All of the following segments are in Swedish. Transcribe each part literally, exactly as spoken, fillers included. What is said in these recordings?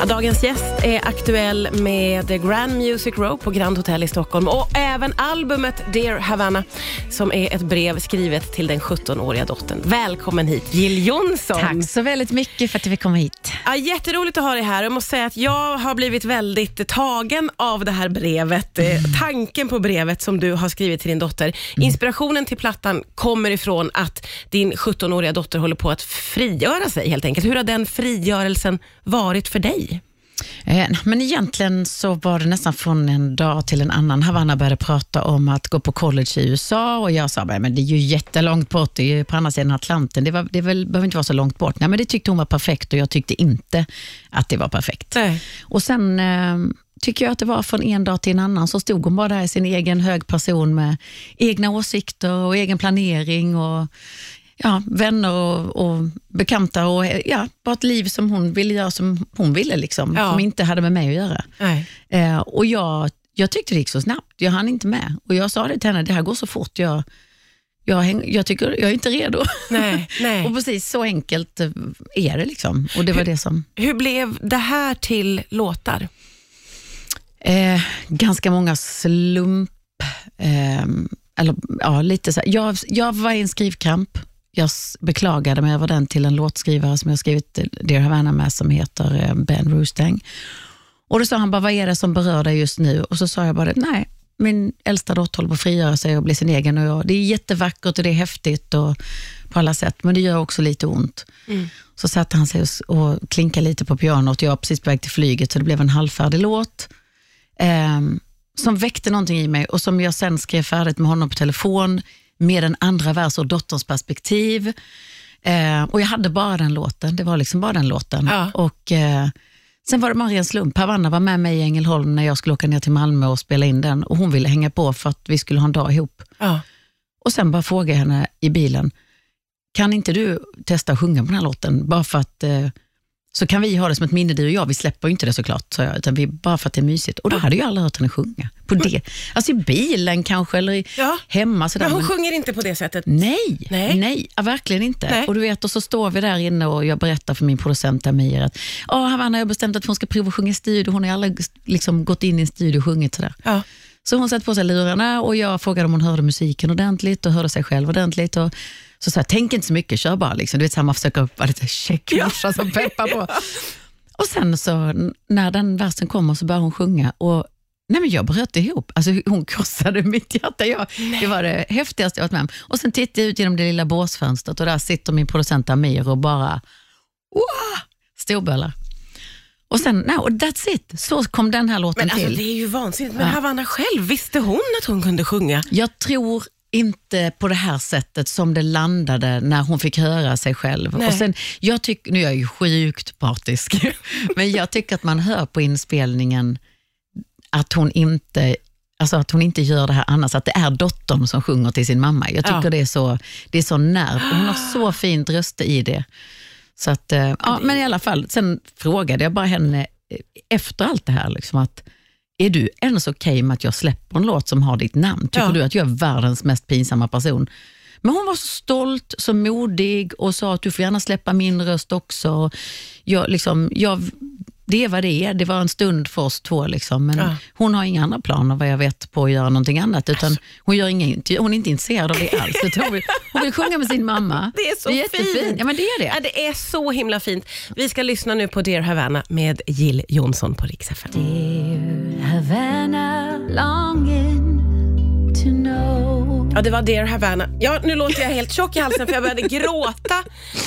Ja, dagens gäst är aktuell med The Grand Music Row på Grand Hotel i Stockholm och även albumet Dear Havana som är ett brev skrivet till den sjuttonåriga dottern. Välkommen hit, Jill Johnson. Tack så väldigt mycket för att vi kom hit. Ja, jätteroligt att ha dig här. Jag måste säga att jag har blivit väldigt tagen av det här brevet. Mm. Tanken på brevet som du har skrivit till din dotter. Mm. Inspirationen till plattan kommer ifrån att din sjuttonåriga dotter håller på att frigöra sig helt enkelt. Hur har den frigörelsen varit för dig? Eh, men egentligen så var det nästan från en dag till en annan. Havana började prata om att gå på college i U S A och jag sa, men det är ju jättelångt bort, det är ju på andra sidan Atlanten, det, var, det väl, behöver inte vara så långt bort. Nej, men det tyckte hon var perfekt och jag tyckte inte att det var perfekt. Nej. Och sen eh, tycker jag att det var från en dag till en annan så stod hon bara där i sin egen hög person med egna åsikter och egen planering och ja, vänner och, och bekanta och ja, bara ett liv som hon ville göra som hon ville liksom, ja. Som inte hade med mig att göra. Nej. Eh, och jag, jag tyckte det gick så snabbt, jag hann inte med. Och jag sa det till henne, det här går så fort, jag, jag, häng, jag tycker jag är inte redo. Nej, nej. Och precis så enkelt är det liksom. Och det var hur, det som... Hur blev det här till låtar? Eh, ganska många slump. Eh, eller ja, lite så här. Jag, jag var i en skrivkramp. Jag beklagade mig över den till en låtskrivare som jag skrivit Dear Havana med som heter Ben Roostang. Och då sa han bara, vad är det som berör dig just nu? Och så sa jag bara, nej, min äldsta dotter håller på att frigöra sig och bli sin egen. Och jag, det är jättevackert och det är häftigt och på alla sätt, men det gör också lite ont. Mm. Så satte han sig och, och klinkade lite på pianot. Jag var precis på väg till flyget så det blev en halvfärdig låt. Eh, som väckte någonting i mig och som jag sen skrev färdigt med honom på telefon med en andra vers och dotterns perspektiv. Eh, och jag hade bara den låten. Det var liksom bara den låten. Ja. Och eh, sen var det bara en slump. Havanna var med mig i Ängelholm när jag skulle åka ner till Malmö och spela in den. Och hon ville hänga på för att vi skulle ha en dag ihop. Ja. Och sen bara frågade jag henne i bilen, kan inte du testa att sjunga på den här låten? Bara för att... Eh, så kan vi ha det som ett minne, du och jag. Vi släpper inte det såklart, så jag, utan vi, bara för att det är mysigt. Och då hade jag aldrig hört henne sjunga. På det. Alltså i bilen kanske, eller i, ja. hemma. Sådär. Men hon men, sjunger inte på det sättet? Nej, nej, nej ja, verkligen inte. Nej. Och du vet, och så står vi där inne och jag berättar för min producent Amir att åh, Havana, jag har bestämt att hon ska prova att sjunga i studio. Hon har aldrig liksom gått in i en studio och sjungit sådär. Ja. Så hon satt på sig lurarna och jag frågade om hon hörde musiken ordentligt och hörde sig själv ordentligt och så sa jag, tänk inte så mycket, kör bara liksom. Du vet, så här, man försöker upp lite checkmorsa som peppar på. Och sen så, när den versen kommer så börjar hon sjunga och nej men jag bröt ihop. Alltså hon krossade mitt hjärta. Jag, det var det häftigaste jag varit med om. Och sen tittade jag ut genom det lilla båsfönstret och där sitter min producent Amir och bara wow, storbölar. Och sen, no, that's it. Så kom den här låten men, till. Alltså, det är ju vansinnigt. Men ja. Havanna själv, visste hon att hon kunde sjunga? Jag tror inte på det här sättet som det landade när hon fick höra sig själv. Nej. Och sen, jag tycker, nu är jag ju sjukt partisk, men jag tycker att man hör på inspelningen att hon inte, alltså att hon inte gör det här annars, att det är dottern som sjunger till sin mamma. Jag tycker ja. det är så, det är så nerv. Hon har så fint röst i det. Så att, ja, men i alla fall, sen frågade jag bara henne efter allt det här liksom att är du ens okej okay med att jag släpper en låt som har ditt namn? Tycker ja. du att jag är världens mest pinsamma person? Men hon var så stolt, så modig och sa att du får gärna släppa min röst också. Jag, liksom, jag, det var det, det var en stund för oss två liksom. Men ja. hon har inga andra planer vad jag vet på att göra någonting annat. Utan hon, gör ingen, hon är inte intresserad av det alls. Hon vill, hon vill sjunga med sin mamma. Det är så det är fint. Ja, men det är det. Ja, det är så himla fint. Vi ska lyssna nu på Dear Havana med Jill Johnson på Rix F M. Dear Havana, longing to know. Ja, det var Dear Havana. Ja, nu låter jag helt tjock i halsen för jag började gråta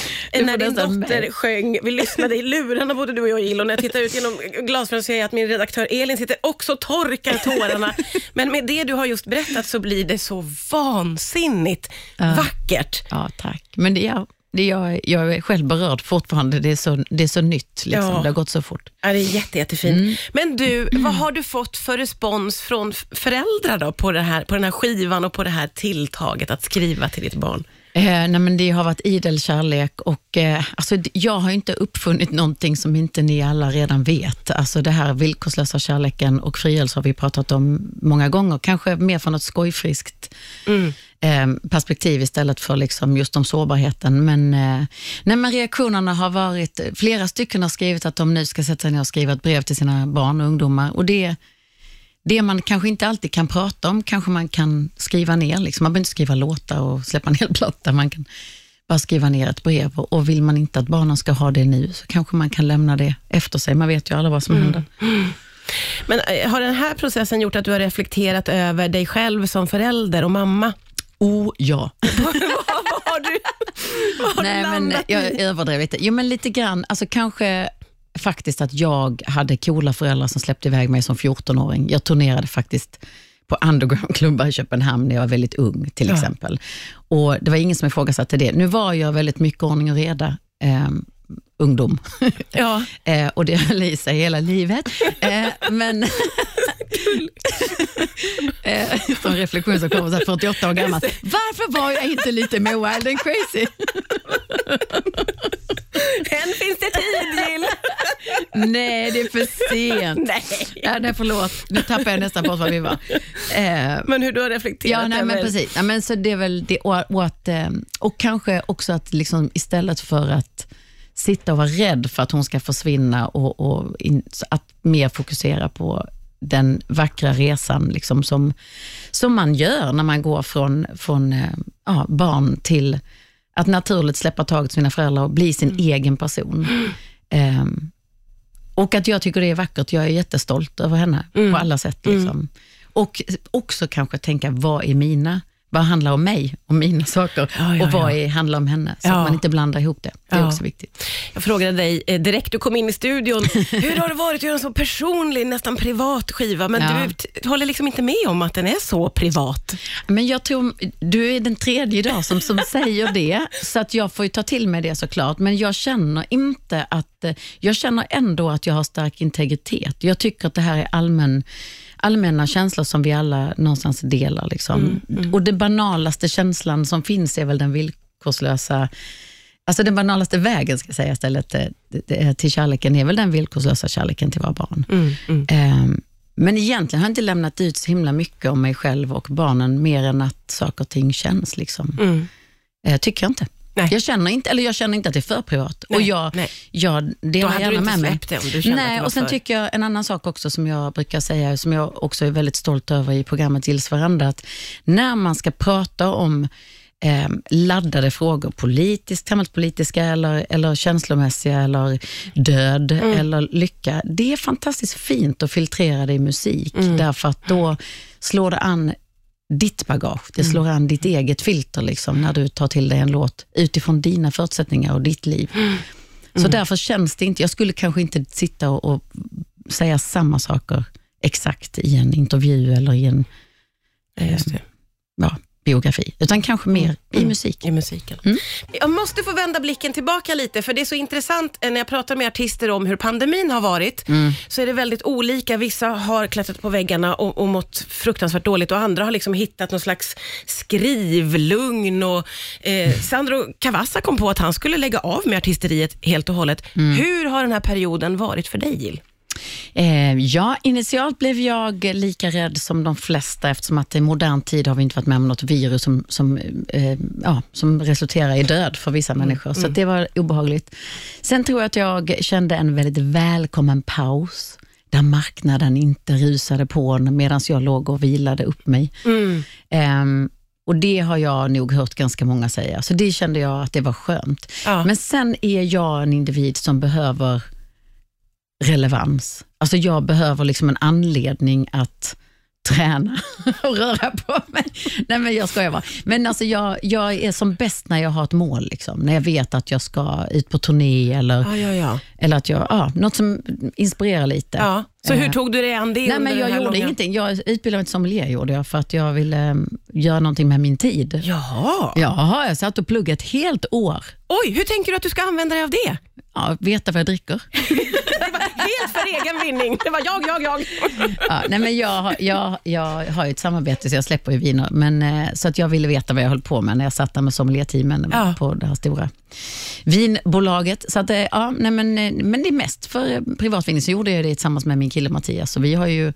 när din dotter med. sjöng. Vi lyssnade i lurarna, både du och jag, Jill, och när jag tittar ut genom glasfönstret ser jag att min redaktör Elin sitter också och torkar tårarna. Men med det du har just berättat så blir det så vansinnigt uh, vackert. Ja, tack. Men det är... Det jag, jag är själv berörd fortfarande. Det är så, det är så nytt. Liksom. Ja. Det har gått så fort. Ja, det är jätte, jättefint. Mm. Men du, vad har du fått för respons från föräldrar då på, det här, på den här skivan och på det här tilltaget att skriva till ditt barn? Eh, nej men det har varit idel kärlek och eh, alltså, jag har inte uppfunnit någonting som inte ni alla redan vet. Alltså det här villkorslösa kärleken och frigörelse har vi pratat om många gånger. Kanske mer från något skojfriskt mm. eh, perspektiv istället för liksom just om sårbarheten. Men, eh, nej, men reaktionerna har varit, flera stycken har skrivit att de nu ska sätta sig ner och skriva ett brev till sina barn och ungdomar. Och det, det man kanske inte alltid kan prata om, kanske man kan skriva ner. Liksom. Man behöver inte skriva låtar och släppa en hel platta. Man kan bara skriva ner ett brev. Och vill man inte att barnen ska ha det nu, så kanske man kan lämna det efter sig. Man vet ju aldrig vad som mm. händer. Men har den här processen gjort att du har reflekterat över dig själv som förälder och mamma? Oh, ja. vad, vad har du, vad har Nej, du men jag överdrev lite. Jo, men lite grann. Alltså kanske faktiskt att jag hade coola föräldrar som släppte iväg mig som fjortonåring. Jag turnerade faktiskt på undergroundklubbar i Köpenhamn när jag var väldigt ung till ja. exempel. Och det var ingen som ifrågasatte det. Nu var jag väldigt mycket ordning och reda eh, ungdom. Ja. eh, och det höll i sig hela livet. Eh, men eh, som reflektion som kommer så här fyrtioåtta år gammal. Varför var jag inte lite mer wild and crazy? Än finns det tid, Jill. Nej, det är för sent. Nej. Ja, nej, förlåt. Nu tappar jag nästan på vad vi var. Eh, men hur du har reflekterat. Ja, nej, men precis. Ja, men så det är väl det, och, och, att, och kanske också att liksom, istället för att sitta och vara rädd för att hon ska försvinna och, och in, att mer fokusera på den vackra resan liksom, som, som man gör när man går från, från ja, barn till att naturligt släppa taget sina föräldrar och bli sin mm. egen person. Mm. Um, och att jag tycker det är vackert. Jag är jättestolt över henne mm. på alla sätt. Liksom. Mm. Och också kanske tänka, vad är mina? Vad handlar om mig och mina saker? Ja, ja, och vad är, handlar om henne? Så ja. att man inte blandar ihop det. Det är ja. också viktigt. Jag frågade dig eh, direkt du kom in i studion. Hur har det varit att göra en så personlig, nästan privat skiva? Men ja. du, du håller liksom inte med om att den är så privat. Men jag tror, du är den tredje idag som, som säger det. Så att jag får ju ta till mig det såklart. Men jag känner inte att, jag känner ändå att jag har stark integritet. Jag tycker att det här är allmän allmänna känslor som vi alla någonstans delar. Liksom. Mm, mm. Och det banalaste känslan som finns är väl den villkorslösa, alltså den banalaste vägen ska jag säga istället till kärleken är väl den villkorslösa kärleken till våra barn. Mm, mm. Um, men egentligen har jag inte lämnat ut så himla mycket om mig själv och barnen mer än att saker och ting känns. Liksom. Mm. Uh, tycker jag inte. Nej. Jag känner inte, eller jag känner inte att det är för privat. Nej, och jag, nej. jag det har jag gärna med mig. Det, om du nej, och sen för... tycker jag en annan sak också som jag brukar säga, som jag också är väldigt stolt över i programmet Gills veranda, att när man ska prata om eh, laddade frågor, politiskt, samhällspolitiska eller, eller känslomässiga eller död mm. eller lycka, det är fantastiskt fint att filtrera det i musik, mm. därför att då slår det an ditt bagage, det slår mm. an ditt eget filter liksom, när du tar till dig en låt utifrån dina förutsättningar och ditt liv. Mm. Så därför känns det inte, jag skulle kanske inte sitta och, och säga samma saker exakt i en intervju eller i en eh, ja, biografi, utan kanske mer mm. i musik. I musiken. Mm. Jag måste få vända blicken tillbaka lite, för det är så intressant när jag pratar med artister om hur pandemin har varit, mm. så är det väldigt olika. Vissa har klättrat på väggarna och, och mått fruktansvärt dåligt, och andra har liksom hittat någon slags skrivlugn. Och, eh, Sandro Cavazza kom på att han skulle lägga av med artisteriet helt och hållet. Mm. Hur har den här perioden varit för dig, Jill? Eh, ja, initialt blev jag lika rädd som de flesta, eftersom att i modern tid har vi inte varit med om något virus som, som, eh, ja, som resulterar i död för vissa mm. människor. Så mm. det var obehagligt. Sen tror jag att jag kände en väldigt välkommen paus, där marknaden inte rusade på medan jag låg och vilade upp mig. Mm. Eh, och det har jag nog hört ganska många säga. Så det kände jag att det var skönt. Ja. Men sen är jag en individ som behöver relevans. Alltså jag behöver liksom en anledning att träna och röra på mig. Nej, men jag skojar bara. Men alltså jag, jag är som bäst när jag har ett mål. Liksom. När jag vet att jag ska ut på turné eller, ja, ja, ja. eller att jag, ja, något som inspirerar lite. Ja. Så hur tog du det an det? Nej, men jag gjorde långa... ingenting. Jag utbildade mig till sommelier gjorde jag för att jag ville um, göra någonting med min tid. Jaha. Ja, jag satt och pluggade ett helt år. Oj, hur tänker du att du ska använda dig av det? Ja, veta vad jag dricker. Det var helt för egen vinning. Det var jag, jag, jag. Ja, nej, men jag, jag, jag har ju ett samarbete så jag släpper ju viner. Men, så att jag ville veta vad jag höll på med när jag satt där med sommelierteamen ja. på det här stora vinbolaget. Så att, ja, nej, men, men det är mest för privatvinning, så gjorde jag det tillsammans med min kille Mattias. Så vi har ju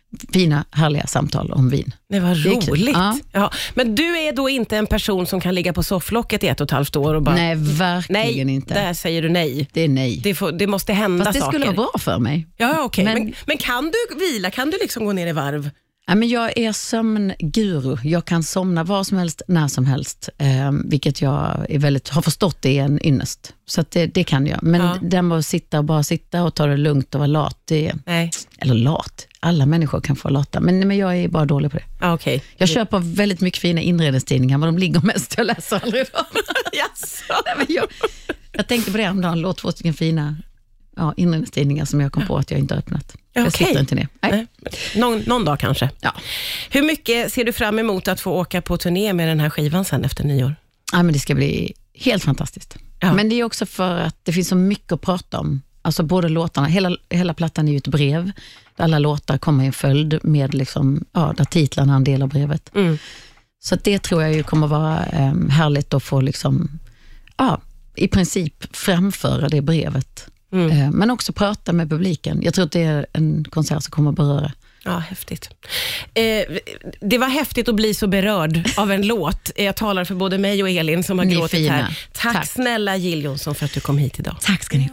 fina, härliga samtal om vin. Det var roligt. Ja. Ja. Men du är då inte en person som kan ligga på sofflocket i ett och ett halvt år och bara... Nej, verkligen nej, inte. Där säger du nej. Det är nej. Det, får, det måste hända Fast det saker. skulle vara bra för mig. Ja, okej. Okay. Men, men, men kan du vila? Kan du liksom gå ner i varv? Ja, men jag är sömnguru. Jag kan somna var som helst, när som helst. Eh, vilket jag är väldigt, har förstått det är en ynnest. Så att det, det kan jag. Men ja. den med att sitta och bara sitta och ta det lugnt och vara lat. Det, nej. Eller lat. Alla människor kan få lata. Men, men jag är bara dålig på det. Ja, okay. Jag köper väldigt mycket fina inredningstidningar. Men de ligger mest. Jag läser aldrig dem. yes. Nej, men jag, jag tänkte på det om dagen. Låt två stycken fina... Ja, inredningstidningar som jag kom på att jag inte har öppnat. Ja, jag okay. sitter inte ner. Nej. Någon, någon dag kanske. Ja. Hur mycket ser du fram emot att få åka på turné med den här skivan sen efter nyår? Ja, men det ska bli helt fantastiskt. Ja. Men det är också för att det finns så mycket att prata om. Alltså både låtarna, hela, hela plattan är ju ett brev. Alla låtar kommer i en följd med liksom, ja, där titlarna är en del av brevet. Mm. Så att det tror jag ju kommer vara um, härligt att få liksom, ja, i princip framföra det brevet. Mm. Men också prata med publiken. Jag tror att det är en konsert som kommer att beröra. Ja, häftigt. Eh, det var häftigt att bli så berörd av en låt. Jag talar för både mig och Elin som har ni gråtit fina. här. Tack, Tack snälla Jill Johnson för att du kom hit idag. Tack ska ni ha.